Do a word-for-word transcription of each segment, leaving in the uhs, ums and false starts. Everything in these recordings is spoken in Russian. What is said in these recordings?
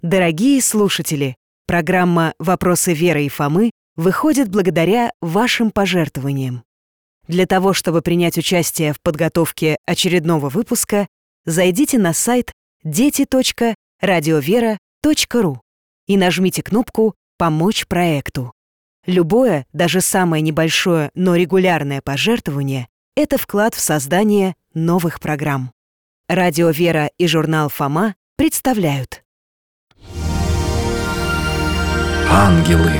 Дорогие слушатели, программа «Вопросы Веры и Фомы» выходит благодаря вашим пожертвованиям. Для того, чтобы принять участие в подготовке очередного выпуска, зайдите на сайт дети точка радиовера точка ру и нажмите кнопку «Помочь проекту». Любое, даже самое небольшое, но регулярное пожертвование – это вклад в создание новых программ. Радио «Вера» и журнал «Фома» представляют. Ангелы.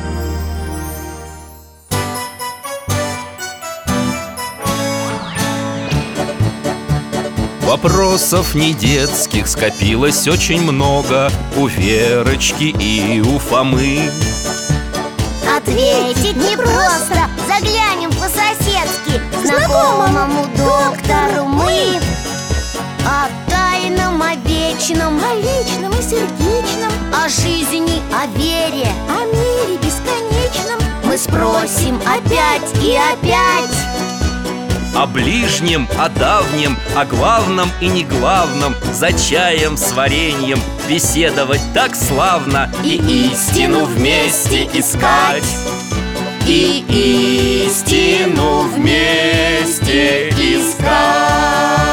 Вопросов не детских скопилось очень много у Верочки и у Фомы. Ответить непросто, заглянем по-соседски знакомому доктору мы. О тайном, о вечном, о личном и сердечном, о жизни, о вере, о мире бесконечном мы спросим опять и опять. О ближнем, о давнем, о главном и неглавном, за чаем с вареньем беседовать так славно. И истину вместе искать, и истину вместе искать.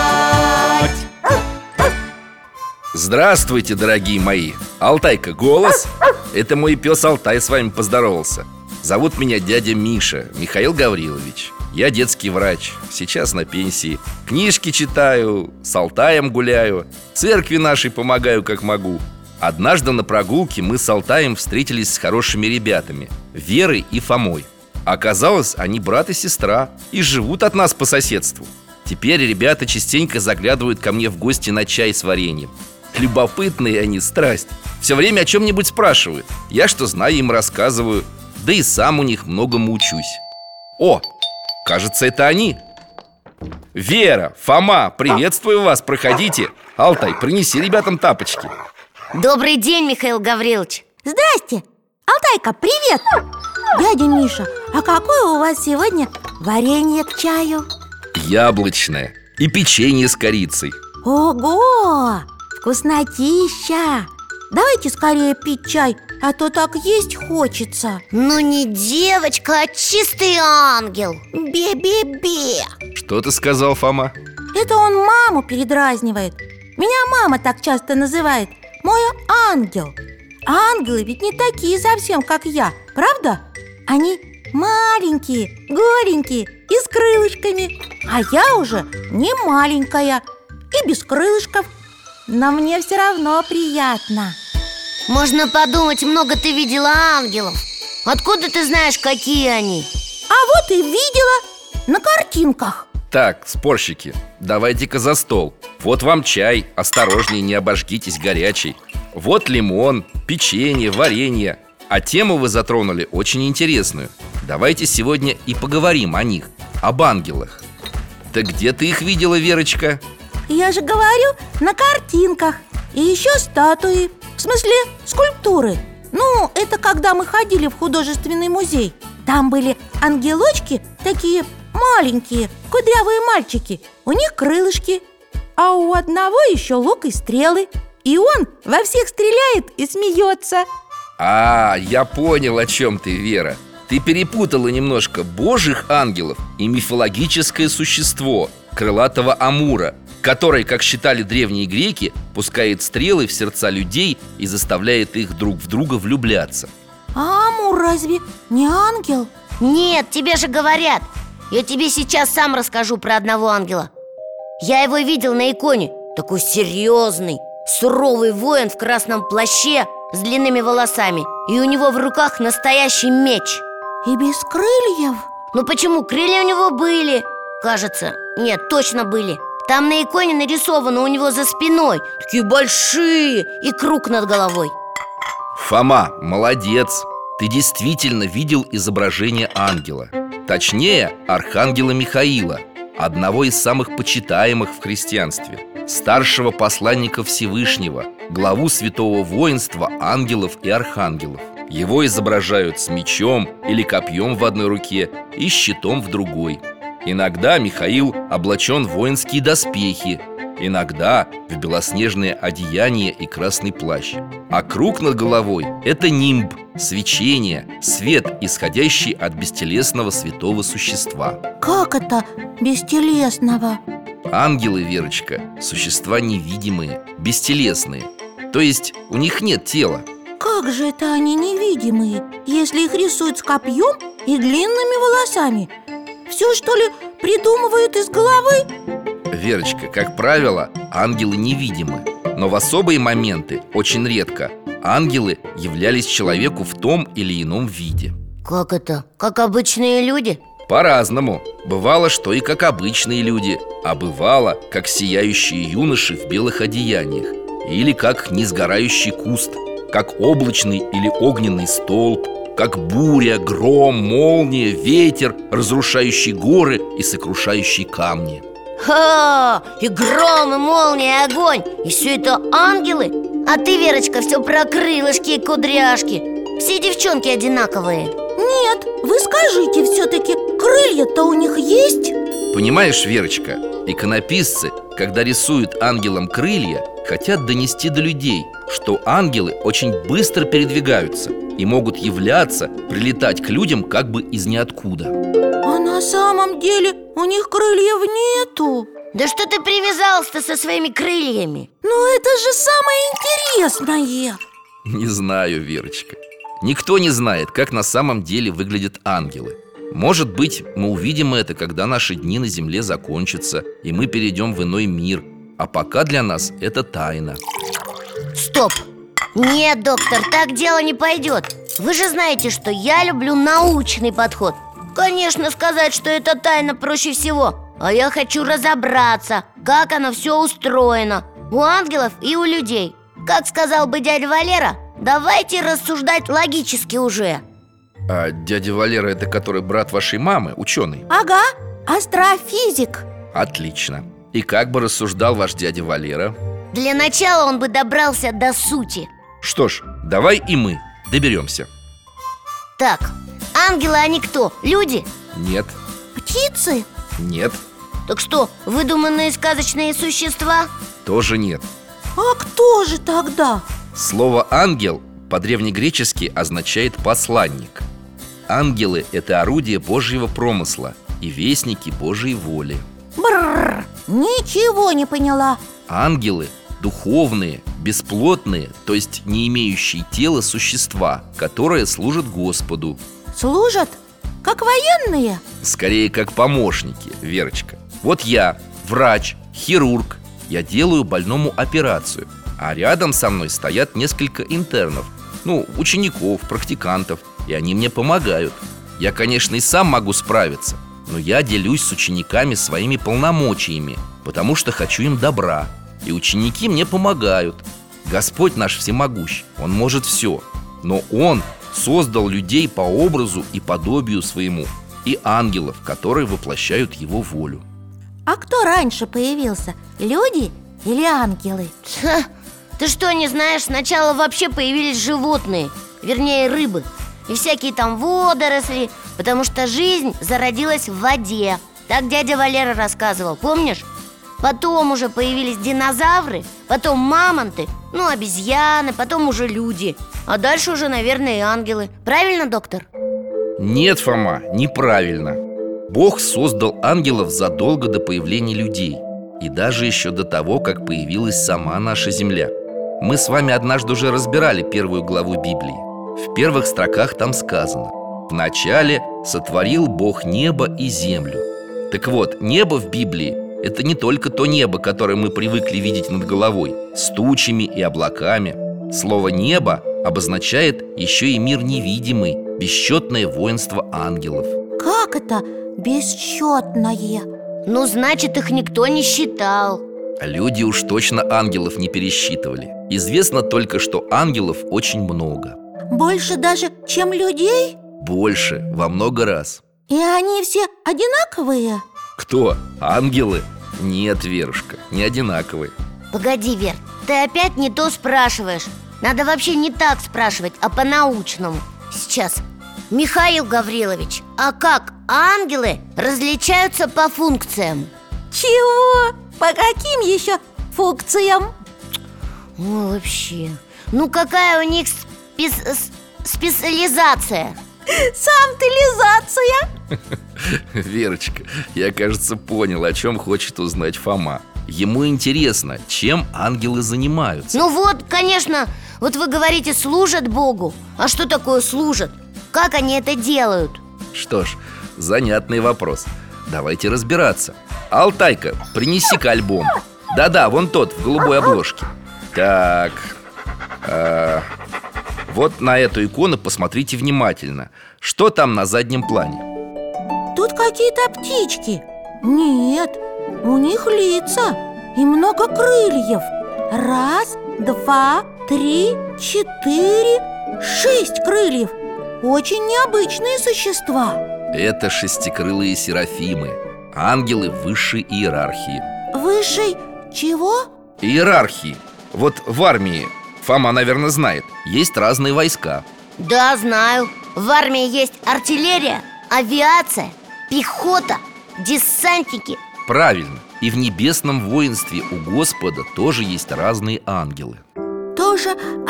Здравствуйте, дорогие мои. Алтайка, голос? Это мой пес Алтай с вами поздоровался. Зовут меня дядя Миша, Михаил Гаврилович. Я детский врач, сейчас на пенсии. Книжки читаю, с Алтаем гуляю, церкви нашей помогаю как могу. Однажды на прогулке мы с Алтаем встретились с хорошими ребятами, Верой и Фомой. Оказалось, они брат и сестра и живут от нас по соседству. Теперь ребята частенько заглядывают ко мне в гости на чай с вареньем. Любопытные они, страсть. Все время о чем-нибудь спрашивают. Я что знаю, им рассказываю. Да и сам у них многому учусь. О, кажется, это они. Вера, Фома, приветствую вас, проходите. Алтай, принеси ребятам тапочки. Добрый день, Михаил Гаврилович. Здрасте, Алтайка, привет. Дядя Миша, а какое у вас сегодня варенье к чаю? Яблочное и печенье с корицей. Ого, вкуснотища. Давайте скорее пить чай, а то так есть хочется. Ну не девочка, а чистый ангел. Бе-бе-бе. Что ты сказал, Фома? Это он маму передразнивает. Меня мама так часто называет. Мой ангел. Ангелы ведь не такие совсем, как я, правда? Они маленькие, голенькие и с крылышками. А я уже не маленькая и без крылышков. Но мне все равно приятно. Можно подумать, много ты видела ангелов. Откуда ты знаешь, какие они? А вот и видела на картинках. Так, спорщики, давайте-ка за стол. Вот вам чай, осторожнее, не обожгитесь, горячий. Вот лимон, печенье, варенье. А тему вы затронули очень интересную. Давайте сегодня и поговорим о них, об ангелах. Да где ты их видела, Верочка? Я же говорю, на картинках. И еще статуи. В смысле, скульптуры. Ну, это когда мы ходили в художественный музей. Там были ангелочки, такие маленькие, кудрявые мальчики. У них крылышки. А у одного еще лук и стрелы. И он во всех стреляет и смеется. А, я понял, о чем ты, Вера. Ты перепутала немножко божьих ангелов и мифологическое существо крылатого Амура, который, как считали древние греки, пускает стрелы в сердца людей и заставляет их друг в друга влюбляться. А Амур разве не ангел? Нет, тебе же говорят. Я тебе сейчас сам расскажу про одного ангела. Я его видел на иконе. Такой серьезный, суровый воин в красном плаще с длинными волосами. И у него в руках настоящий меч. И без крыльев? Ну почему? Крылья у него были. Кажется, нет, точно были. Там на иконе нарисовано у него за спиной. Такие большие, и круг над головой. Фома, молодец. Ты действительно видел изображение ангела. Точнее, архангела Михаила, одного из самых почитаемых в христианстве, старшего посланника Всевышнего, главу святого воинства ангелов и архангелов. Его изображают с мечом или копьем в одной руке и щитом в другой. Иногда Михаил облачен в воинские доспехи, Иногда в белоснежное одеяние и красный плащ. А круг над головой – это нимб, свечение, свет, исходящий от бестелесного святого существа. Как это бестелесного? Ангелы, Верочка, существа невидимые, бестелесные. То есть у них нет тела. Как же это они невидимые, если их рисуют с копьем и длинными волосами? Все, что ли, придумывают из головы? Верочка, как правило, ангелы невидимы. Но в особые моменты, очень редко, ангелы являлись человеку в том или ином виде. Как это? Как обычные люди? По-разному. Бывало, что и как обычные люди, а бывало, как сияющие юноши в белых одеяниях, или как несгорающий куст, как облачный или огненный столб, как буря, гром, молния, ветер, разрушающий горы и сокрушающий камни. Ха! И гром, и молния, и огонь. И все это ангелы? А ты, Верочка, все про крылышки и кудряшки. Все девчонки одинаковые. Нет, вы скажите все-таки, крылья-то у них есть? Понимаешь, Верочка, иконописцы, когда рисуют ангелам крылья, хотят донести до людей, что ангелы очень быстро передвигаются и могут являться, прилетать к людям как бы из ниоткуда. А на самом деле у них крыльев нету. Да что ты привязался-то со своими крыльями? Ну это же самое интересное. Не знаю, Верочка. Никто не знает, как на самом деле выглядят ангелы. Может быть, мы увидим это, когда наши дни на земле закончатся, и мы перейдем в иной мир. А пока для нас это тайна. Стоп! Нет, доктор, так дело не пойдет. Вы же знаете, что я люблю научный подход. Конечно, сказать, что это тайна, проще всего. А я хочу разобраться, как оно все устроено у ангелов и у людей. Как сказал бы дядя Валера, давайте рассуждать логически уже. А дядя Валера — это который брат вашей мамы, ученый? Ага, астрофизик. Отлично. И как бы рассуждал ваш дядя Валера? Для начала он бы добрался до сути. Что ж, давай и мы доберемся. Так, ангелы они кто? Люди? Нет. Птицы? Нет. Так что, выдуманные сказочные существа? Тоже нет. А кто же тогда? Слово «ангел» по-древнегречески означает «посланник». Ангелы – это орудие Божьего промысла и вестники Божьей воли. Бррр, ничего не поняла. Ангелы – духовные, бесплотные, то есть не имеющие тела существа, которые служат Господу. Служат? Как военные? Скорее, как помощники, Верочка. Вот я, врач, хирург. Я делаю больному операцию, а рядом со мной стоят несколько интернов. Ну, учеников, практикантов. И они мне помогают. Я, конечно, и сам могу справиться, но я делюсь с учениками своими полномочиями, потому что хочу им добра. И ученики мне помогают. Господь наш всемогущ, Он может все. Но Он создал людей по образу и подобию своему, и ангелов, которые воплощают Его волю. А кто раньше появился? Люди или ангелы? Ха, ты что, не знаешь, сначала вообще появились животные, вернее рыбы, и всякие там водоросли, потому что жизнь зародилась в воде. Так дядя Валера рассказывал, помнишь? Потом уже появились динозавры, потом мамонты, ну обезьяны, потом уже люди. А дальше уже, наверное, и ангелы. Правильно, доктор? Нет, Фома, неправильно. Бог создал ангелов задолго до появления людей, и даже еще до того, как появилась сама наша земля. Мы с вами однажды уже разбирали первую главу Библии. В первых строках там сказано: «Вначале сотворил Бог небо и землю». Так вот, небо в Библии – это не только то небо, которое мы привыкли видеть над головой, с тучами и облаками. Слово «небо» обозначает еще и мир невидимый, бесчетное воинство ангелов. Как это бесчетное? Ну, значит, их никто не считал. Люди уж точно ангелов не пересчитывали. Известно только, что ангелов очень много. Больше даже, чем людей? Больше, во много раз. И они все одинаковые? Кто? Ангелы? Нет, Верушка, не одинаковые. Погоди, Вер, ты опять не то спрашиваешь. Надо вообще не так спрашивать, а по-научному. Сейчас. Михаил Гаврилович, а как ангелы различаются по функциям? Чего? По каким еще функциям. Ой, вообще. Ну какая у них спец- специализация? Сам ты лизация. Верочка, я, кажется, понял, о чем хочет узнать Фома. Ему интересно, чем ангелы занимаются. Ну вот, конечно, вот вы говорите, служат Богу. А что такое служат? Как они это делают? Что ж, занятный вопрос. Давайте разбираться. Алтайка, принеси-ка альбом. Да-да, вон тот, в голубой обложке. Так, а, вот на эту икону посмотрите внимательно. Что там на заднем плане? Тут какие-то птички. Нет, у них лица и много крыльев. Раз, два, три, четыре, шесть крыльев. Очень необычные существа. Это шестикрылые серафимы, ангелы высшей иерархии. Высшей чего? Иерархии. Вот в армии, Фома, наверное, знает, есть разные войска. Да, знаю. В армии есть артиллерия, авиация, пехота, десантники. Правильно. И в небесном воинстве у Господа тоже есть разные ангелы. Тоже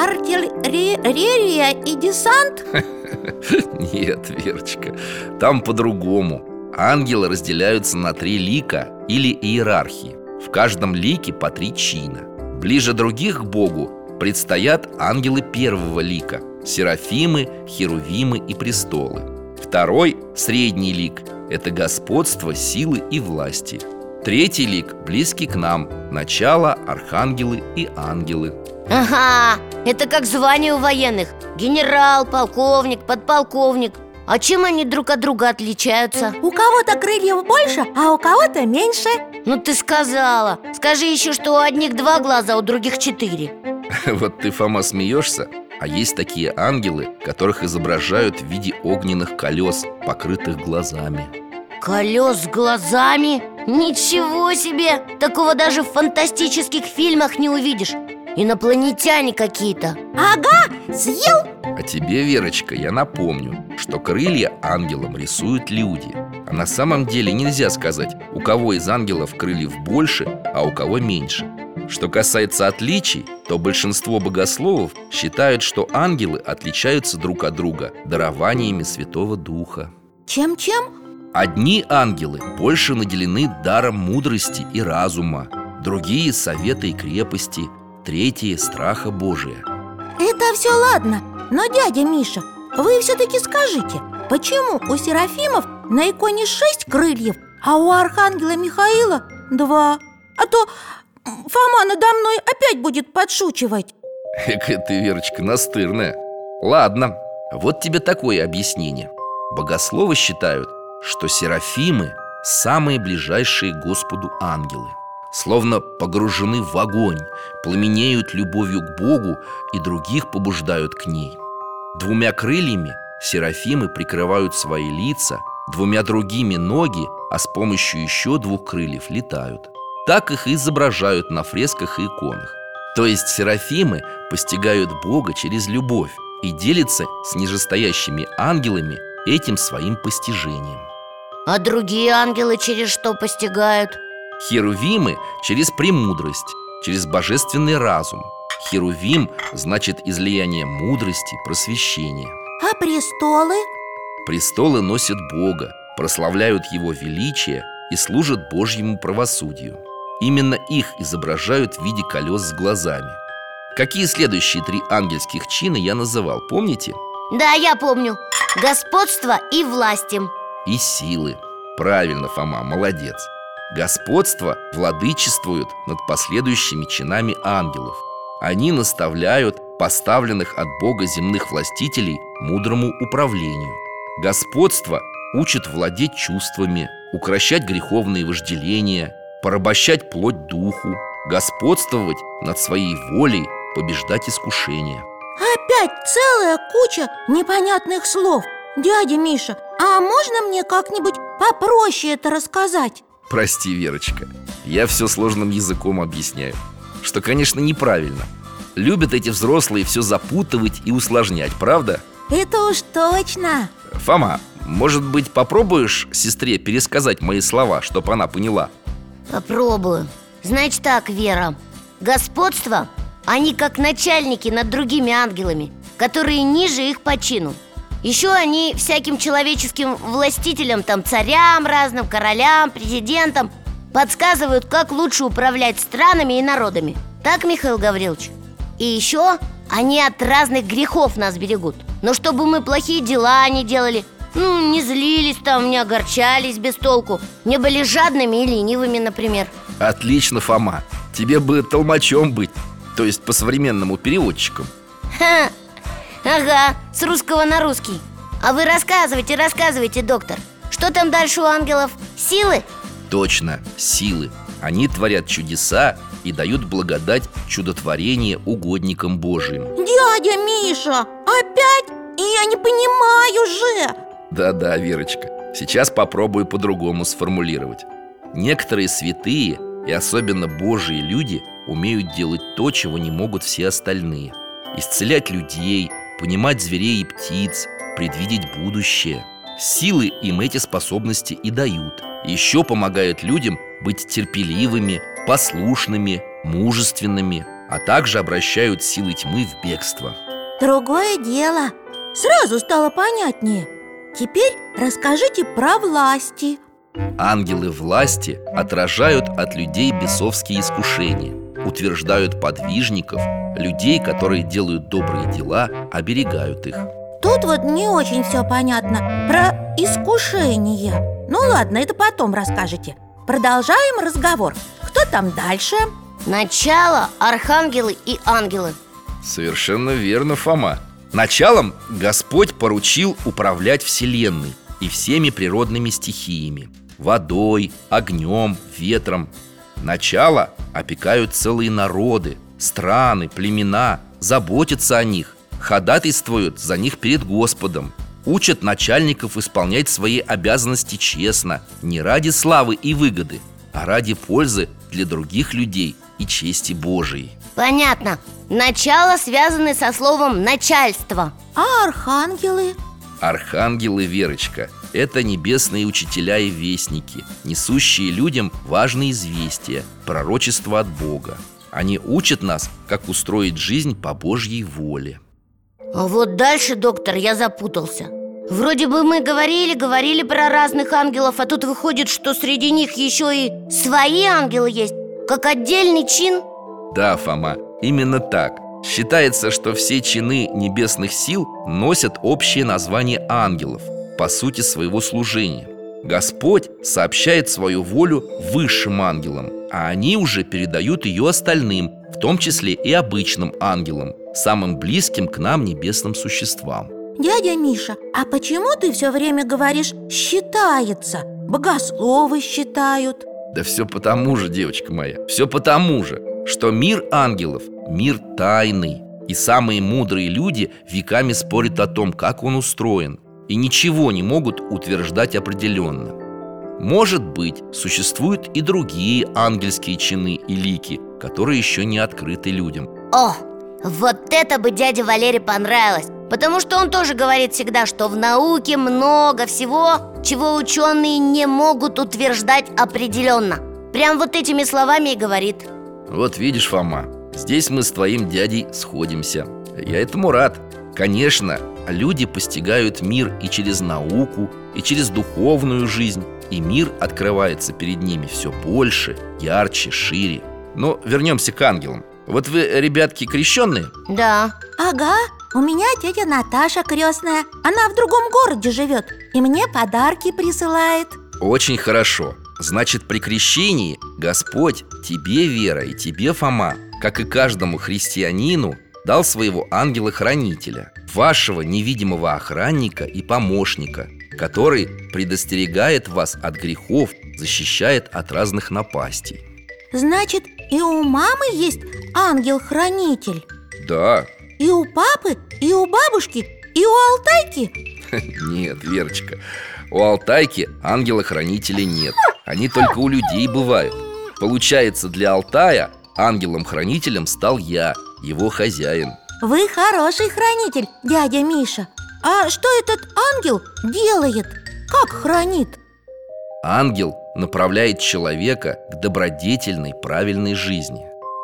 артиллерия и десант? Нет, Верочка, там по-другому. Ангелы разделяются на три лика или иерархии. В каждом лике по три чина. Ближе других к Богу предстоят ангелы первого лика: серафимы, херувимы и престолы. Второй, средний лик, это господство, силы и власти. Третий лик близкий к нам: начало, архангелы и ангелы. Ага, это как звание у военных: генерал, полковник, подполковник. А чем они друг от друга отличаются? У кого-то крыльев больше, а у кого-то меньше. Ну ты сказала. Скажи еще, что у одних два глаза, а у других четыре. Вот ты, Фома, смеешься, а есть такие ангелы, которых изображают в виде огненных колес, покрытых глазами. Колес с глазами? Ничего себе! Такого даже в фантастических фильмах не увидишь. Инопланетяне какие-то. Ага, съел. А тебе, Верочка, я напомню, что крылья ангелам рисуют люди. А на самом деле нельзя сказать, у кого из ангелов крыльев больше, а у кого меньше. Что касается отличий, то большинство богословов считают, что ангелы отличаются друг от друга дарованиями Святого Духа. Чем-чем? Одни ангелы больше наделены даром мудрости и разума, другие — совета и крепости, третьи — страха Божия. Это все ладно, но, дядя Миша, вы все-таки скажите, почему у серафимов на иконе шесть крыльев, а у архангела Михаила два? А то Фома надо мной опять будет подшучивать. Какая ты, Верочка, настырная. Ладно, вот тебе такое объяснение. Богословы считают, что серафимы – самые ближайшие к Господу ангелы. Словно погружены в огонь, пламенеют любовью к Богу и других побуждают к ней. Двумя крыльями серафимы прикрывают свои лица, двумя другими ноги, а с помощью еще двух крыльев летают. Так их изображают на фресках и иконах. То есть серафимы постигают Бога через любовь и делятся с нижестоящими ангелами этим своим постижением. А другие ангелы через что постигают? Херувимы через премудрость, через божественный разум. Херувим значит излияние мудрости, просвещения. А престолы? Престолы носят Бога, прославляют Его величие и служат Божьему правосудию. Именно их изображают в виде колес с глазами. Какие следующие три ангельских чина я называл, помните? Да, я помню. Господство и власти. И силы. Правильно, Фома, молодец. Господство владычествует над последующими чинами ангелов. Они наставляют поставленных от Бога земных властителей мудрому управлению. Господство учит владеть чувствами, укрощать греховные вожделения, порабощать плоть духу, господствовать над своей волей, побеждать искушения. Опять целая куча непонятных слов. Дядя Миша, а можно мне как-нибудь попроще это рассказать? Прости, Верочка, я все сложным языком объясняю, что, конечно, неправильно. Любят эти взрослые все запутывать и усложнять, правда? Это уж точно. Фома, может быть, попробуешь сестре пересказать мои слова, чтоб она поняла? Попробую. Значит так, Вера, господство, они как начальники над другими ангелами, которые ниже их по чину. Еще они всяким человеческим властителям, там царям разным, королям, президентам подсказывают, как лучше управлять странами и народами. Так, Михаил Гаврилович? И еще они от разных грехов нас берегут. Но чтобы мы плохие дела не делали, ну, не злились там, не огорчались без толку, не были жадными и ленивыми, например. Отлично, Фома. Тебе бы толмачом быть, то есть по-современному переводчиком. Ха, ага, с русского на русский. А вы рассказывайте, рассказывайте, доктор. Что там дальше у ангелов? Силы? Точно, силы. Они творят чудеса и дают благодать чудотворения угодникам Божиим. Дядя Миша, опять? Я не понимаю же. Да-да, Верочка, сейчас попробую по-другому сформулировать. Некоторые святые и особенно Божьи люди умеют делать то, чего не могут все остальные. Исцелять людей, понимать зверей и птиц, предвидеть будущее. Силы им эти способности и дают. Еще помогают людям быть терпеливыми, послушными, мужественными, а также обращают силы тьмы в бегство. Другое дело. Сразу стало понятнее. Теперь расскажите про власти. Ангелы власти отражают от людей бесовские искушения, утверждают подвижников, людей, которые делают добрые дела, оберегают их. Тут вот не очень все понятно про искушение. Ну ладно, это потом расскажете. Продолжаем разговор. Кто там дальше? Начало, архангелы и ангелы. Совершенно верно, Фома. Началом Господь поручил управлять вселенной и всеми природными стихиями: водой, огнем, ветром. Начало опекают целые народы, страны, племена, заботятся о них, ходатайствуют за них перед Господом, учат начальников исполнять свои обязанности честно, не ради славы и выгоды, а ради пользы для других людей и чести Божией. Понятно. Начало связано со словом «начальство». А архангелы? Архангелы, Верочка, это небесные учителя и вестники, несущие людям важные известия, пророчества от Бога. Они учат нас, как устроить жизнь по Божьей воле. А вот дальше, доктор, я запутался. Вроде бы мы говорили-говорили про разных ангелов, а тут выходит, что среди них еще и свои ангелы есть, как отдельный чин. Да, Фома, именно так. Считается, что все чины небесных сил носят общее название ангелов, по сути своего служения. Господь сообщает свою волю высшим ангелам, а они уже передают ее остальным, в том числе и обычным ангелам, самым близким к нам небесным существам. Дядя Миша, а почему ты все время говоришь «считается»? Богословы считают. Да все потому же, девочка моя, все потому же, что мир ангелов – мир тайный, и самые мудрые люди веками спорят о том, как он устроен, и ничего не могут утверждать определенно. Может быть, существуют и другие ангельские чины и лики, которые еще не открыты людям. О, вот это бы дяде Валере понравилось. Потому что он тоже говорит всегда, что в науке много всего, чего ученые не могут утверждать определенно. Прям вот этими словами и говорит. Вот видишь, Фома, здесь мы с твоим дядей сходимся. Я этому рад. Конечно, люди постигают мир и через науку, и через духовную жизнь, и мир открывается перед ними все больше, ярче, шире. Но вернемся к ангелам. Вот вы, ребятки, крещенные? Да. Ага, у меня тетя Наташа крестная. Она в другом городе живет и мне подарки присылает. Очень хорошо. Значит, при крещении Господь тебе, Вера, и тебе, Фома, как и каждому христианину, дал своего ангела-хранителя, вашего невидимого охранника и помощника, который предостерегает вас от грехов, защищает от разных напастей. Значит, и у мамы есть ангел-хранитель? Да. И у папы, и у бабушки, и у Алтайки? Нет, Верочка, у Алтайки ангела-хранителя нет. Они только у людей бывают. Получается, для Алтая ангелом-хранителем стал я, его хозяин. Вы хороший хранитель, дядя Миша. А что этот ангел делает? Как хранит? Ангел направляет человека к добродетельной, правильной жизни.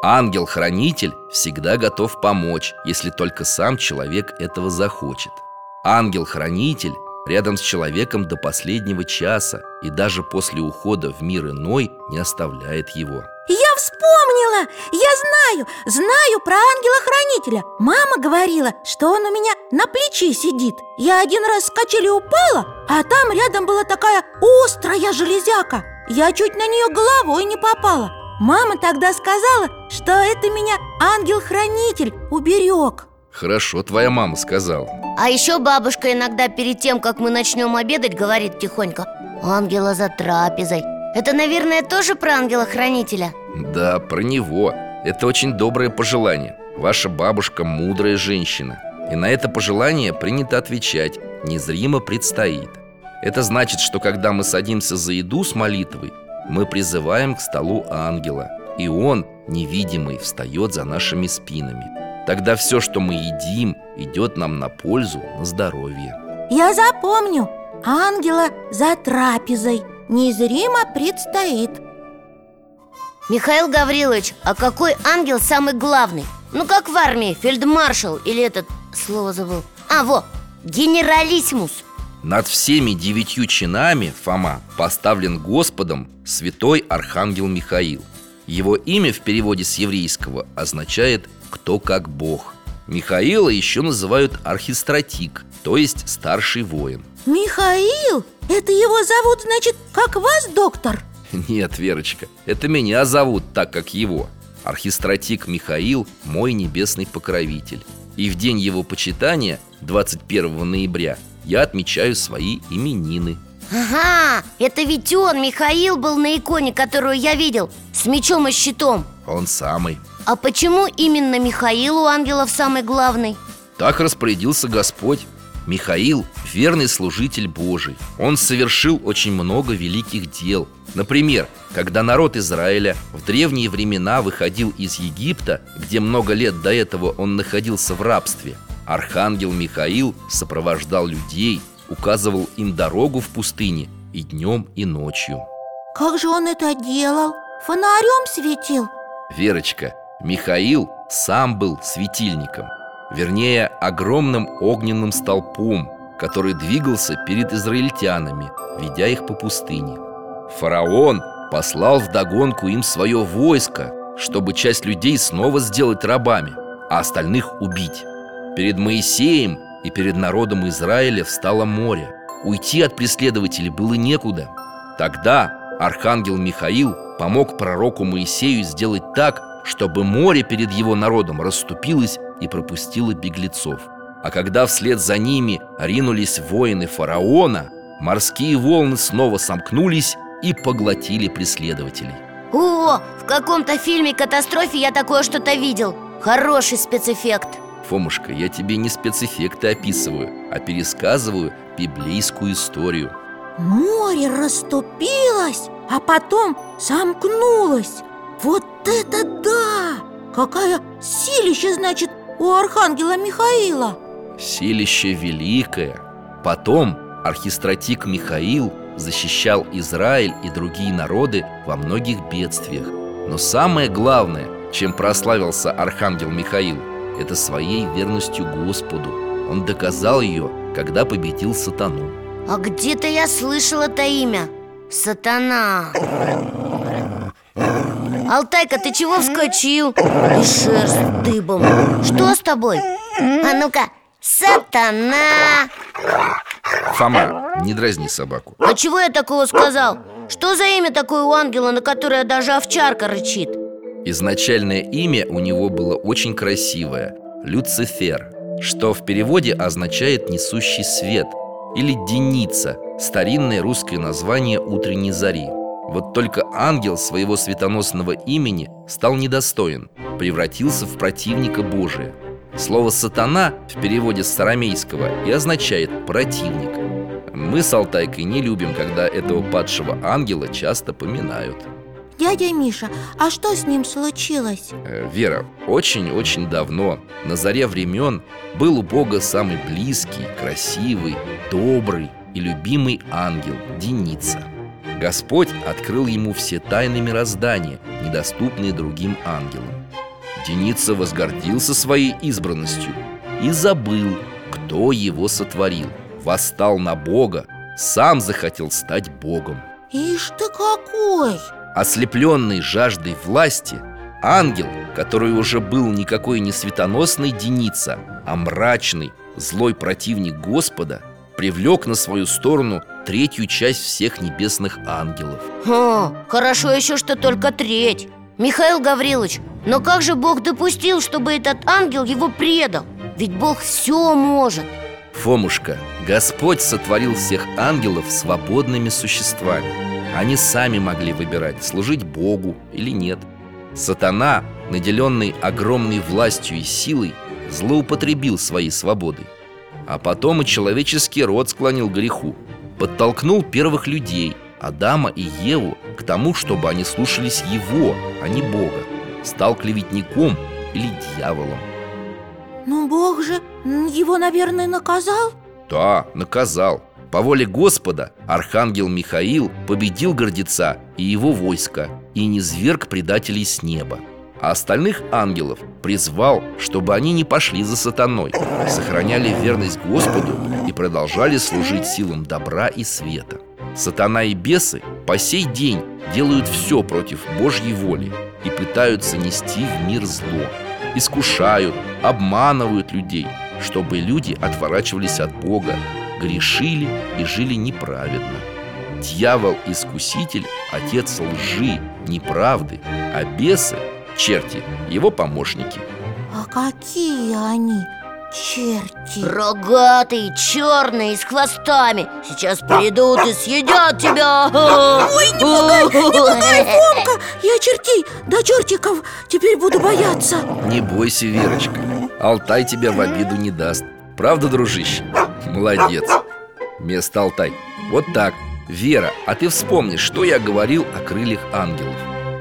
Ангел-хранитель всегда готов помочь, если только сам человек этого захочет. Ангел-хранитель рядом с человеком до последнего часа и даже после ухода в мир иной не оставляет его. Я вспомнила! Я знаю, знаю про ангела-хранителя. Мама говорила, что он у меня на плече сидит. Я один раз с качели упала, а там рядом была такая острая железяка. Я чуть на нее головой не попала. Мама тогда сказала, что это меня ангел-хранитель уберег. Хорошо твоя мама сказала. А еще бабушка иногда перед тем, как мы начнем обедать, говорит тихонько: ангела за трапезой. Это, наверное, тоже про ангела-хранителя? Да, про него. Это очень доброе пожелание. Ваша бабушка мудрая женщина. И на это пожелание принято отвечать: незримо предстоит. Это значит, что когда мы садимся за еду с молитвой, мы призываем к столу ангела, и он, невидимый, встает за нашими спинами. Тогда все, что мы едим, идет нам на пользу, на здоровье. Я запомню. Ангела за трапезой незримо предстоит. Михаил Гаврилович, а какой ангел самый главный? Ну, как в армии, фельдмаршал или этот, слово забыл. А, во, генералиссимус. Над всеми девятью чинами, Фома, поставлен Господом святой архангел Михаил. Его имя в переводе с еврейского означает «кто как Бог». Михаила еще называют архистратик, то есть старший воин. Михаил? Это его зовут, значит, как вас, доктор? Нет, Верочка, это меня зовут так, как его. Архистратик Михаил – мой небесный покровитель. И в день его почитания, двадцать первого ноября, я отмечаю свои именины. Ага, это ведь он, Михаил, был на иконе, которую я видел, с мечом и щитом. Он самый. А почему именно Михаил у ангелов самый главный? Так распорядился Господь. Михаил – верный служитель Божий. Он совершил очень много великих дел. Например, когда народ Израиля в древние времена выходил из Египта, где много лет до этого он находился в рабстве, архангел Михаил сопровождал людей, указывал им дорогу в пустыне и днем, и ночью. Как же он это делал? Фонарем светил? Верочка, Михаил сам был светильником. Вернее, огромным огненным столпом, который двигался перед израильтянами, ведя их по пустыне. Фараон послал вдогонку им свое войско, чтобы часть людей снова сделать рабами, а остальных убить. Перед Моисеем и перед народом Израиля встало море. Уйти от преследователей было некуда. Тогда архангел Михаил помог пророку Моисею сделать так, чтобы море перед его народом расступилось и пропустило беглецов. А когда вслед за ними ринулись воины фараона, морские волны снова сомкнулись и поглотили преследователей. О, в каком-то фильме-катастрофе я такое что-то видел. Хороший спецэффект. Фомушка, я тебе не спецэффекты описываю, а пересказываю библейскую историю. Море расступилось, а потом сомкнулось. Вот это да! Какая силища, значит, у архангела Михаила! Силище великое. Потом архистратик Михаил защищал Израиль и другие народы во многих бедствиях. Но самое главное, чем прославился архангел Михаил, это своей верностью Господу. Он доказал ее, когда победил сатану. А где-то я слышал это имя. Сатана. Алтайка, ты чего вскочил? И шерсть дыбом. Что с тобой? А ну-ка, сатана! Фома, не дразни собаку. А чего я такого сказал? Что за имя такое у ангела, на которое даже овчарка рычит? Изначальное имя у него было очень красивое – Люцифер, что в переводе означает «несущий свет», или «деница» – старинное русское название утренней зари. Вот только ангел своего светоносного имени стал недостоин, превратился в противника Божия. Слово «сатана» в переводе с арамейского и означает «противник». Мы с Алтайкой не любим, когда этого падшего ангела часто поминают. Дядя Миша, а что с ним случилось? э, Вера, очень-очень давно, на заре времен, был у Бога самый близкий, красивый, добрый и любимый ангел – Деница. Господь открыл ему все тайны мироздания, недоступные другим ангелам. Деница возгордился своей избранностью и забыл, кто его сотворил. Восстал на Бога, сам захотел стать Богом. Ишь ты какой! Ослепленный жаждой власти, ангел, который уже был никакой не светоносный Деница, а мрачный, злой противник Господа, привлек на свою сторону третью часть всех небесных ангелов. О, хорошо еще, что только треть. Михаил Гаврилович, но как же Бог допустил, чтобы этот ангел его предал? Ведь Бог все может. Фомушка, Господь сотворил всех ангелов свободными существами. Они сами могли выбирать, служить Богу или нет. Сатана, наделенный огромной властью и силой, злоупотребил своей свободой. А потом и человеческий род склонил к греху. Подтолкнул первых людей, Адама и Еву, к тому, чтобы они слушались его, а не Бога. Стал клеветником или дьяволом. Ну, Бог же его, наверное, наказал? Да, наказал. По воле Господа архангел Михаил победил гордеца и его войско и низверг предателей с неба. А остальных ангелов призвал, чтобы они не пошли за сатаной, сохраняли верность Господу и продолжали служить силам добра и света. Сатана и бесы по сей день делают все против Божьей воли и пытаются нести в мир зло. Искушают, обманывают людей, чтобы люди отворачивались от Бога, грешили и жили неправедно. Дьявол-искуситель – отец лжи, неправды, а бесы – черти, его помощники. А какие они, черти? Рогатые, черные, с хвостами. Сейчас придут и съедят тебя. Ой, не пугай, не пугай, Фомка! Я чертей до чертиков теперь буду бояться. Не бойся, Верочка, Алтай тебя в обиду не даст. Правда, дружище? Молодец. Место Алтай. Вот так. Вера, а ты вспомни, что я говорил о крыльях ангелов.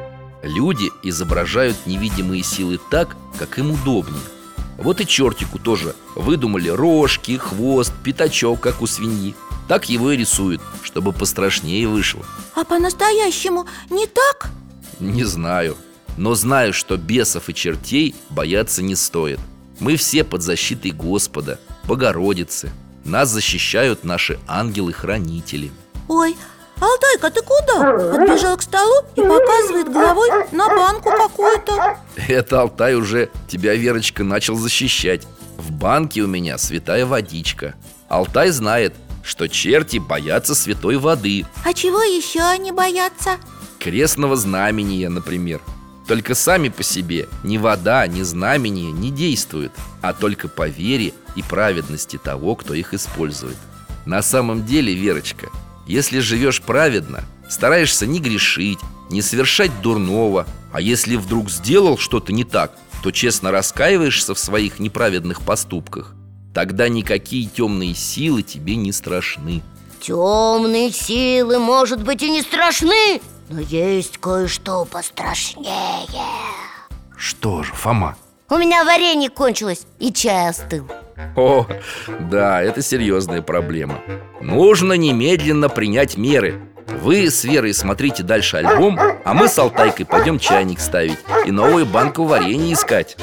Люди изображают невидимые силы так, как им удобнее. Вот и чертику тоже выдумали рожки, хвост, пятачок, как у свиньи. Так его и рисуют, чтобы пострашнее вышло. А по-настоящему не так? Не знаю, но знаю, что бесов и чертей бояться не стоит. Мы все под защитой Господа, Богородицы. Нас защищают наши ангелы-хранители. Ой, Алтайка, ты куда? Подбежал к столу и показывает головой на банку какую-то. Это Алтай уже тебя, Верочка, начал защищать. В банке у меня святая водичка. Алтай знает, что черти боятся святой воды. А чего еще они боятся? Крестного знамения, например. Только сами по себе ни вода, ни знамение не действуют, а только по вере и праведности того, кто их использует. На самом деле, Верочка, если живешь праведно, стараешься не грешить, не совершать дурного, а если вдруг сделал что-то не так, то честно раскаиваешься в своих неправедных поступках, тогда никакие темные силы тебе не страшны. Темные силы, может быть, и не страшны, но есть кое-что пострашнее. Что же, Фома? У меня варенье кончилось и чай остыл. О, да, это серьезная проблема. Нужно немедленно принять меры. Вы с Верой смотрите дальше альбом, а мы с Алтайкой пойдем чайник ставить и новую банку варенья искать.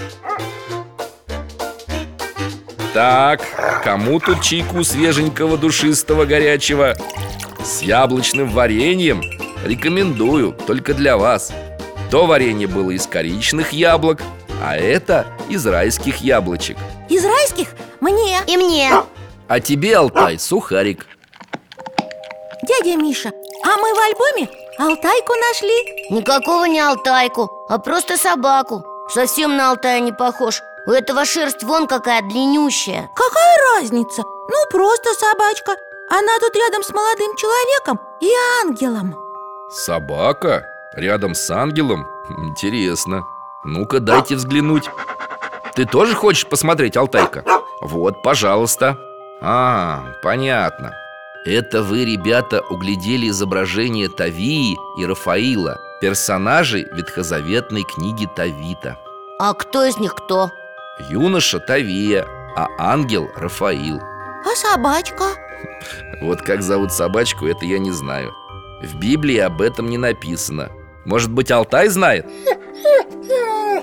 Так, кому тут чайку свеженького, душистого, горячего? С яблочным вареньем? Рекомендую, только для вас. То варенье было из коричных яблок, а это из райских яблочек. Из райских? Мне. И мне. А тебе, Алтай, сухарик. Дядя Миша, а мы в альбоме Алтайку нашли. Никакого не Алтайку, а просто собаку. Совсем на Алтая не похож. У этого шерсть вон какая длиннющая. Какая разница? Ну, просто собачка. Она тут рядом с молодым человеком и ангелом. Собака? Рядом с ангелом? Интересно. Ну-ка, дайте взглянуть. Ты тоже хочешь посмотреть, Алтайка? Вот, пожалуйста. А, понятно. Это вы, ребята, углядели изображение Тавии и Рафаила, персонажей ветхозаветной книги Тавита. А кто из них кто? Юноша Тавия, а ангел Рафаил. А собачка? Вот как зовут собачку, это я не знаю. В Библии об этом не написано. Может быть, Алтай знает?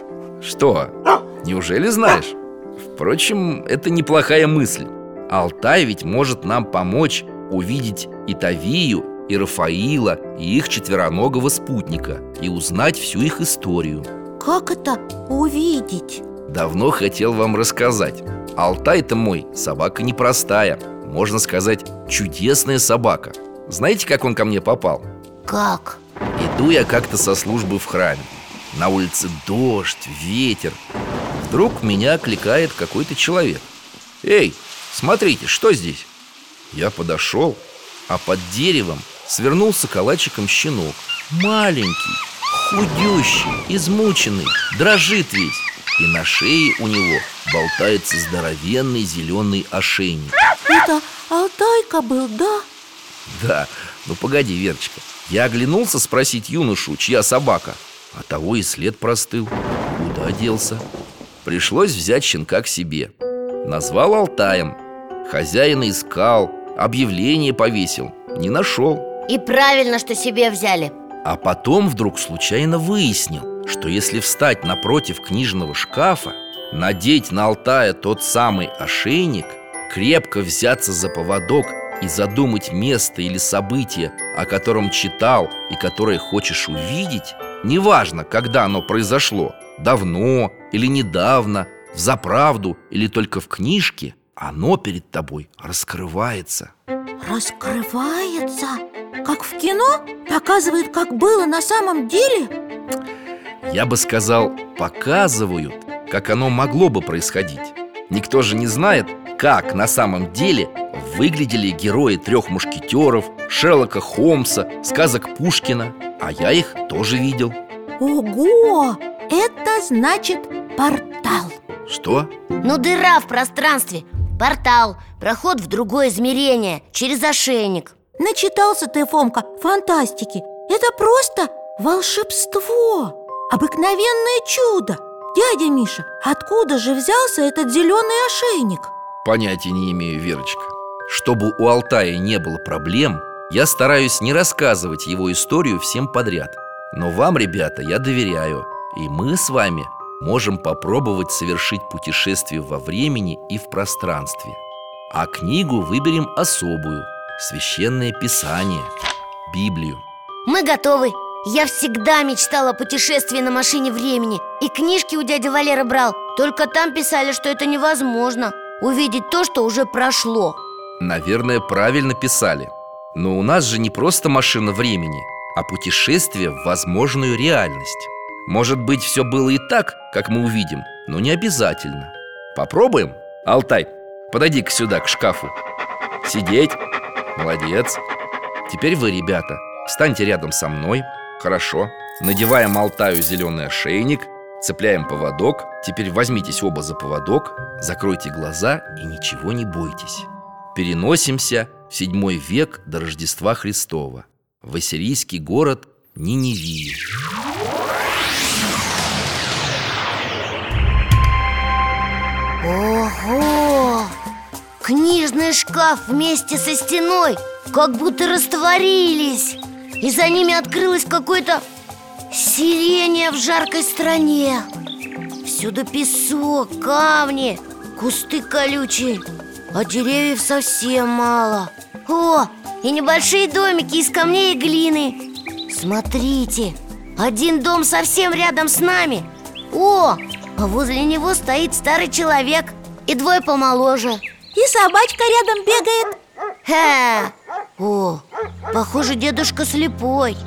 Что? Неужели знаешь? Впрочем, это неплохая мысль. Алтай ведь может нам помочь увидеть и Тавию, и Рафаила, и их четвероногого спутника, и узнать всю их историю. Как это увидеть? Давно хотел вам рассказать. Алтай-то мой собака непростая, можно сказать, чудесная собака. Знаете, как он ко мне попал? Как? Иду я как-то со службы в храме. На улице дождь, ветер. Вдруг меня окликает какой-то человек. «Эй, смотрите, что здесь?» Я подошел, а под деревом свернулся калачиком щенок. Маленький, худющий, измученный, дрожит весь. И на шее у него болтается здоровенный зеленый ошейник. Это Алтайка был, да? Да, ну погоди, Верочка. Я оглянулся спросить юношу, чья собака, а того и след простыл. Куда делся? Пришлось взять щенка к себе. Назвал Алтаем. Хозяина искал, объявление повесил. Не нашел. И правильно, что себе взяли. А потом вдруг случайно выяснил, что если встать напротив книжного шкафа, надеть на Алтая тот самый ошейник, крепко взяться за поводок и задумать место или событие, о котором читал и которое хочешь увидеть, неважно, когда оно произошло, давно или недавно, взаправду или только в книжке, оно перед тобой раскрывается. Раскрывается? Как в кино? Показывает, как было на самом деле? Я бы сказал, показывают, как оно могло бы происходить. Никто же не знает, как на самом деле выглядели герои трех мушкетеров, Шерлока Холмса, сказок Пушкина. А я их тоже видел. Ого! Это значит портал. Что? Ну, дыра в пространстве. Портал, проход в другое измерение, через ошейник. Начитался ты, Фомка, фантастики. Это просто волшебство. Обыкновенное чудо. Дядя Миша, откуда же взялся этот зеленый ошейник? Понятия не имею, Верочка. Чтобы у Алтая не было проблем, я стараюсь не рассказывать его историю всем подряд. Но вам, ребята, я доверяю. И мы с вами можем попробовать совершить путешествие во времени и в пространстве. А книгу выберем особую – Священное Писание, Библию. Мы готовы. Я всегда мечтала о путешествии на машине времени. И книжки у дяди Валеры брал. Только там писали, что это невозможно увидеть то, что уже прошло. Наверное, правильно писали. Но у нас же не просто машина времени, а путешествие в возможную реальность. Может быть, все было и так, как мы увидим, но не обязательно. Попробуем? Алтай, подойди-ка сюда, к шкафу. Сидеть. Молодец. Теперь вы, ребята, встаньте рядом со мной. Хорошо. Надеваем Алтаю зеленый ошейник, цепляем поводок. Теперь возьмитесь оба за поводок, закройте глаза и ничего не бойтесь. Переносимся в седьмой век до Рождества Христова, в ассирийский город Ниневию. Ого! Книжный шкаф вместе со стеной как будто растворились. И за ними открылось какое-то селение в жаркой стране. Всюду песок, камни, кусты колючие, а деревьев совсем мало. О, и небольшие домики из камней и глины. Смотрите, один дом совсем рядом с нами. О, а возле него стоит старый человек и двое помоложе. И собачка рядом бегает. Ха! О, похоже, дедушка слепой.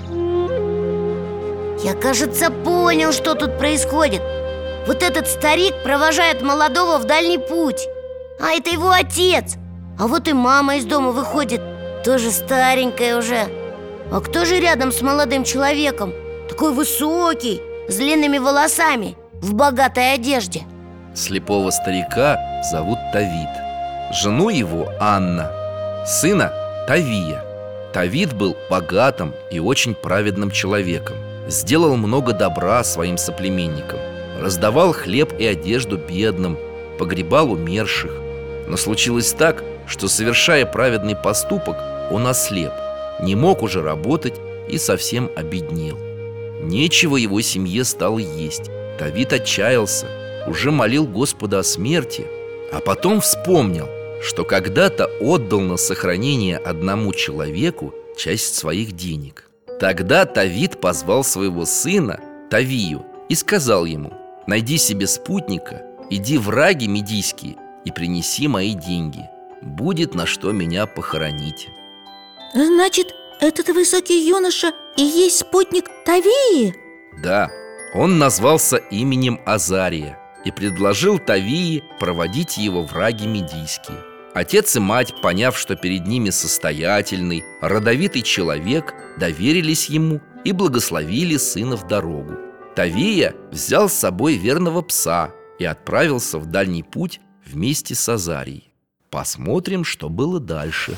Я, кажется, понял, что тут происходит. Вот этот старик провожает молодого в дальний путь. А это его отец. А вот и мама из дома выходит, тоже старенькая уже. А кто же рядом с молодым человеком? Такой высокий, с длинными волосами, в богатой одежде. Слепого старика зовут Тавид. Жену его Анна, сына Тавия. Тавид был богатым и очень праведным человеком. Сделал много добра своим соплеменникам. Раздавал хлеб и одежду бедным, погребал умерших. Но случилось так, что, совершая праведный поступок, он ослеп, не мог уже работать и совсем обеднел. Нечего его семье стало есть. Давид отчаялся, уже молил Господа о смерти, а потом вспомнил, что когда-то отдал на сохранение одному человеку часть своих денег. Тогда Давид позвал своего сына Тавию и сказал ему: «Найди себе спутника, иди в раги медийские и принеси мои деньги. Будет на что меня похоронить». Значит, этот высокий юноша и есть спутник Тавии? Да, он назвался именем Азария и предложил Тавии проводить его в раги медийские. Отец и мать, поняв, что перед ними состоятельный, родовитый человек, доверились ему и благословили сына в дорогу. Тавия взял с собой верного пса и отправился в дальний путь вместе с Азарией. Посмотрим, что было дальше.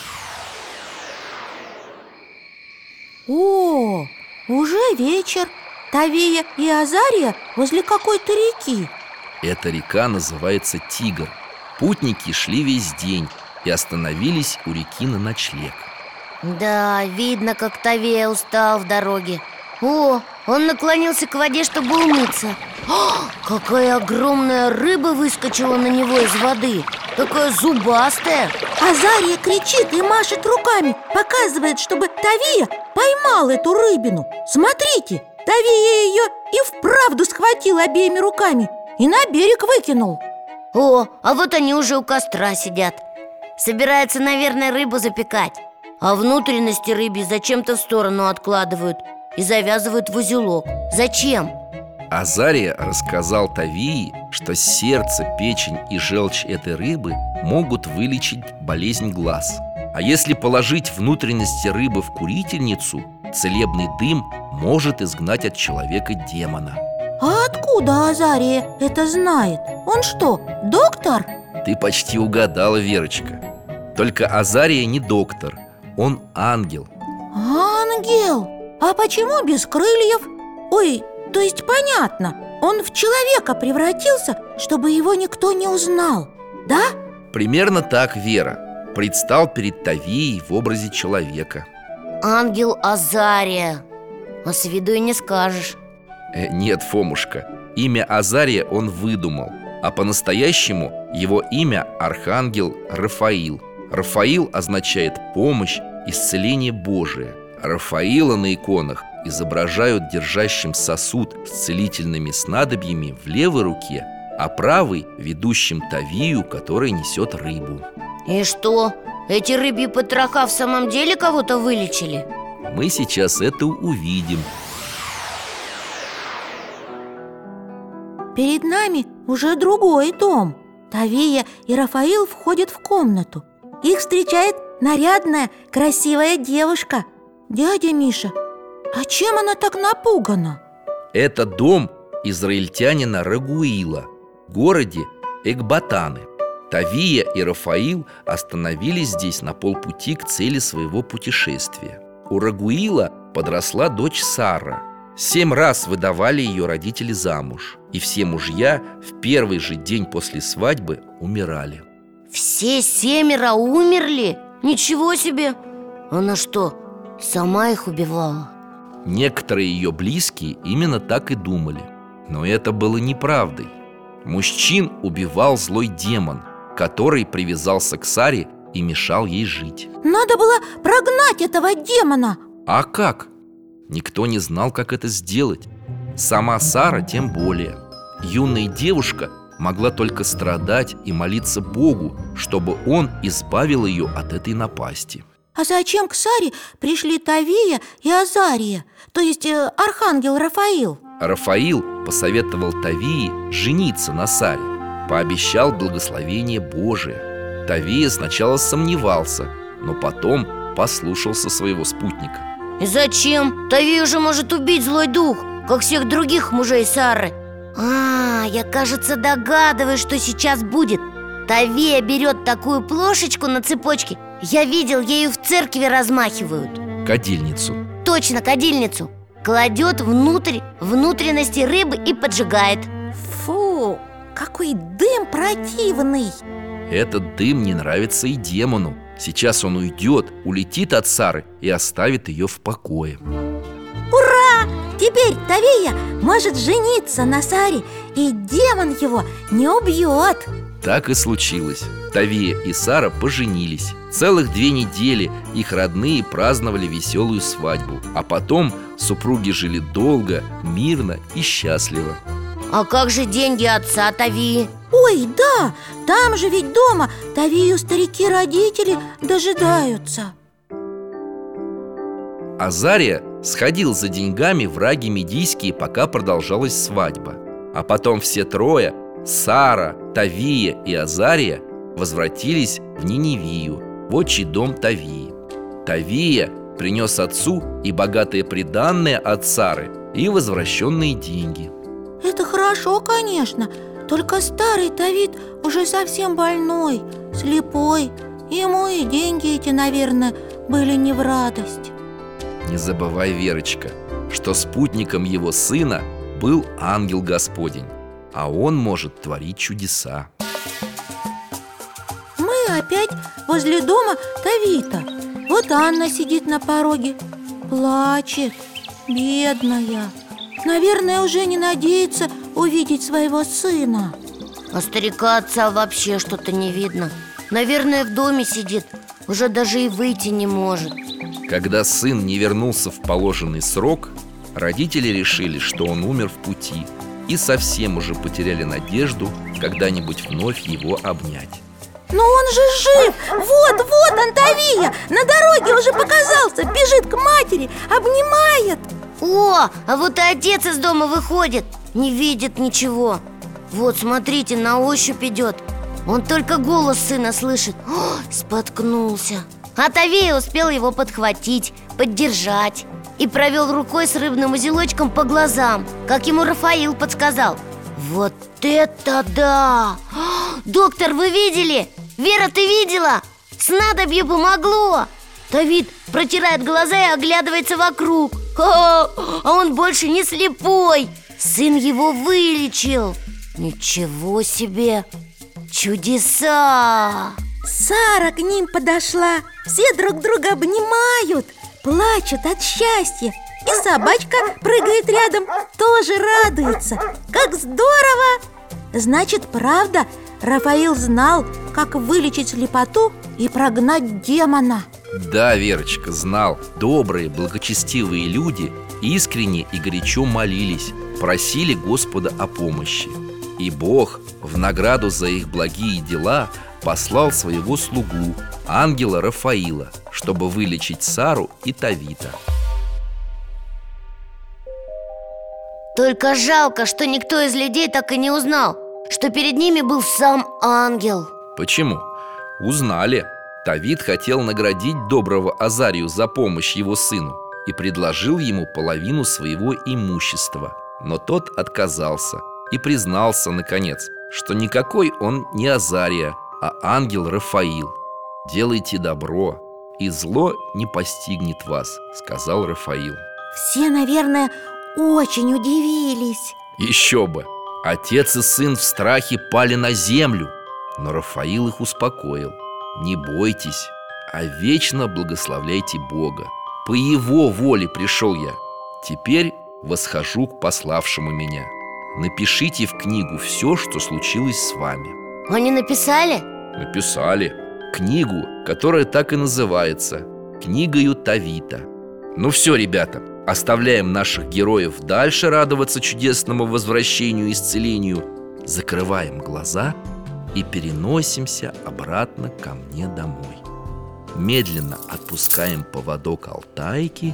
О, уже вечер. Тавия и Азария возле какой-то реки. Эта река называется Тигр. Путники шли весь день и остановились у реки на ночлег. Да, видно, как Тавия устал в дороге. О, он наклонился к воде, чтобы умыться. О, какая огромная рыба выскочила на него из воды. Такая зубастая. Азария кричит и машет руками, показывает, чтобы Тавия поймал эту рыбину. Смотрите, Тавия ее и вправду схватил обеими руками и на берег выкинул. О, а вот они уже у костра сидят. Собираются, наверное, рыбу запекать. А внутренности рыбьи зачем-то в сторону откладывают и завязывают в узелок. Зачем? Азария рассказал Тавии, что сердце, печень и желчь этой рыбы могут вылечить болезнь глаз. А если положить внутренности рыбы в курительницу, целебный дым может изгнать от человека демона. А откуда Азария это знает? Он что, доктор? Ты почти угадала, Верочка. Только Азария не доктор, он ангел. Ангел? А почему без крыльев? Ой, то есть понятно, он в человека превратился, чтобы его никто не узнал, да? Примерно так, Вера. Предстал перед Тавией в образе человека. Ангел Азария. А с виду и не скажешь. э, Нет, Фомушка, имя Азария он выдумал, а по-настоящему его имя Архангел Рафаил. Рафаил означает помощь, исцеление Божие. Рафаила на иконах изображают держащим сосуд с целительными снадобьями в левой руке, а правый – ведущим Тавию, который несет рыбу. И что, эти рыбьи потроха в самом деле кого-то вылечили? Мы сейчас это увидим. Перед нами уже другой дом. Тавия и Рафаил входят в комнату. Их встречает нарядная, красивая девушка. Дядя Миша, а чем она так напугана? Это дом израильтянина Рагуила в городе Экбатаны. Тавия и Рафаил остановились здесь на полпути к цели своего путешествия. У Рагуила подросла дочь Сара. Семь раз выдавали ее родители замуж, и все мужья в первый же день после свадьбы умирали. Все семеро умерли? Ничего себе! Она что, сама их убивала? Некоторые ее близкие именно так и думали. Но это было неправдой. Мужчин убивал злой демон, который привязался к Саре и мешал ей жить. Надо было прогнать этого демона. А как? Никто не знал, как это сделать. Сама Сара тем более. Юная девушка могла только страдать и молиться Богу, чтобы Он избавил ее от этой напасти. А зачем к Саре пришли Тавия и Азария, то есть э, Архангел Рафаил? Рафаил посоветовал Тавии жениться на Саре, пообещал благословение Божие. Тавия сначала сомневался, но потом послушался своего спутника. И зачем? Тавия же может убить злой дух, как всех других мужей Сары. А, я, кажется, догадываюсь, что сейчас будет. Тавия берет такую плошечку на цепочке. Я видел, ею в церкви размахивают. Кадильницу. Точно, кадильницу. Кладет внутрь внутренности рыбы и поджигает. Фу, какой дым противный. Этот дым не нравится и демону. Сейчас он уйдет, улетит от Сары и оставит ее в покое. Ура! Теперь Тавия может жениться на Саре, и демон его не убьет. Так и случилось. Тавия и Сара поженились. Целых две недели их родные праздновали веселую свадьбу. А потом супруги жили долго, мирно и счастливо. А как же деньги отца Тавии? Ой, да, там же ведь дома Тавию старики-родители дожидаются. Азария сходил за деньгами в раги медийские, пока продолжалась свадьба. А потом все трое, Сара, Тавия и Азария, возвратились в Ниневию, в отчий дом Тавии. Тавия принес отцу и богатые приданные от Сары, и возвращенные деньги. Это хорошо, конечно. Только старый Тавид уже совсем больной, слепой. Ему и деньги эти, наверное, были не в радость. Не забывай, Верочка, что спутником его сына был ангел Господень, а он может творить чудеса. Мы опять возле дома Тавита. Вот Анна сидит на пороге, плачет, бедная. Наверное, уже не надеется увидеть своего сына. А старика отца вообще что-то не видно. Наверное, в доме сидит, уже даже и выйти не может. Когда сын не вернулся в положенный срок, родители решили, что он умер в пути, и совсем уже потеряли надежду когда-нибудь вновь его обнять. Но он же жив! Вот, вот он, Тавия! На дороге уже показался, бежит к матери, обнимает. О, а вот и отец из дома выходит, не видит ничего. Вот, смотрите, на ощупь идет. Он только голос сына слышит. О, споткнулся. А Тавия успел его подхватить, поддержать и провел рукой с рыбным узелочком по глазам, как ему Рафаил подсказал. Вот это да! Доктор, вы видели? Вера, ты видела? Снадобье помогло! Давид протирает глаза и оглядывается вокруг. А, а он больше не слепой. Сын его вылечил. Ничего себе! Чудеса! Сара к ним подошла. Все друг друга обнимают, плачут от счастья. И собачка прыгает рядом, тоже радуется. Как здорово! Значит, правда, Рафаил знал, как вылечить слепоту и прогнать демона. Да, Верочка, знал. Добрые, благочестивые люди искренне и горячо молились, просили Господа о помощи. И Бог в награду за их благие дела послал своего слугу, ангела Рафаила, чтобы вылечить Сару и Тавита. Только жалко, что никто из людей так и не узнал, что перед ними был сам ангел. Почему? Узнали. Тавит хотел наградить доброго Азарию за помощь его сыну и предложил ему половину своего имущества. Но тот отказался и признался, наконец, что никакой он не Азария, а ангел Рафаил. «Делайте добро, и зло не постигнет вас», — сказал Рафаил. Все, наверное, очень удивились. Еще бы! Отец и сын в страхе пали на землю, но Рафаил их успокоил. Не бойтесь, а вечно благословляйте Бога. По Его воле пришел я. Теперь восхожу к пославшему меня. Напишите в книгу все, что случилось с вами. Они написали? Написали. Книгу, которая так и называется «Книгою Тавита». Ну все, ребята, оставляем наших героев дальше радоваться чудесному возвращению и исцелению. Закрываем глаза и переносимся обратно ко мне домой. Медленно отпускаем поводок Алтайки.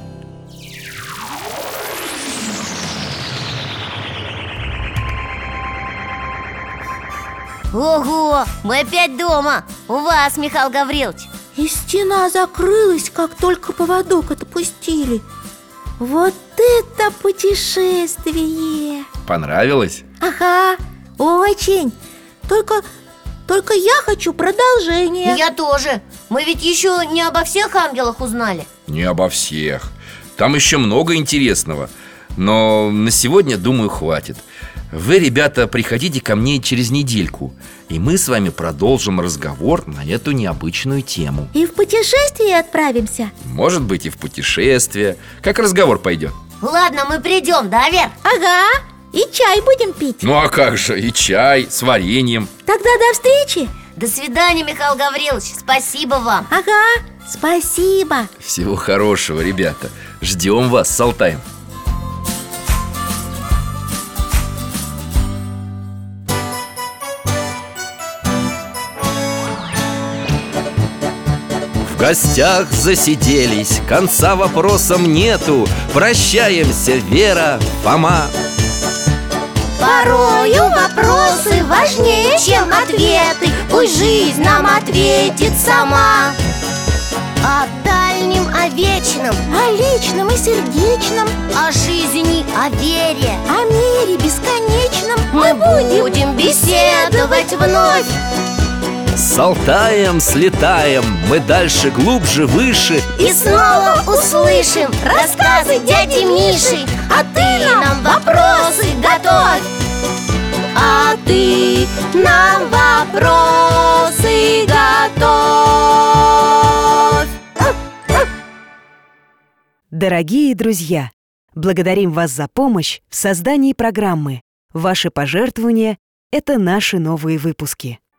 Ого, мы опять дома. У вас, Михаил Гаврилович. И стена закрылась, как только поводок отпустили. Вот это путешествие! Понравилось? Ага, очень. Только, только я хочу продолжение. Я тоже. Мы ведь еще не обо всех ангелах узнали. Не обо всех. Там еще много интересного. Но на сегодня, думаю, хватит. Вы, ребята, приходите ко мне через недельку, и мы с вами продолжим разговор на эту необычную тему. И в путешествие отправимся? Может быть, и в путешествие. Как разговор пойдет? Ладно, мы придем, да, Вер? Ага, и чай будем пить. Ну а как же, и чай с вареньем. Тогда до встречи. До свидания, Михаил Гаврилович. Спасибо вам. Ага, спасибо. Всего хорошего, ребята. Ждем вас с Алтаем. В гостях засиделись, конца вопросам нету. Прощаемся, Вера, Фома. Порою вопросы важнее, чем ответы. Пусть жизнь нам ответит сама. О дальнем, о вечном, О личном и сердечном, о жизни, о вере о мире бесконечном мы будем беседовать вновь. С Алтаем слетаем, мы дальше, глубже, выше. И снова услышим рассказы дяди Миши. А ты нам вопросы готовь. А ты нам вопросы готовь. Дорогие друзья, благодарим вас за помощь в создании программы. Ваши пожертвования — это наши новые выпуски.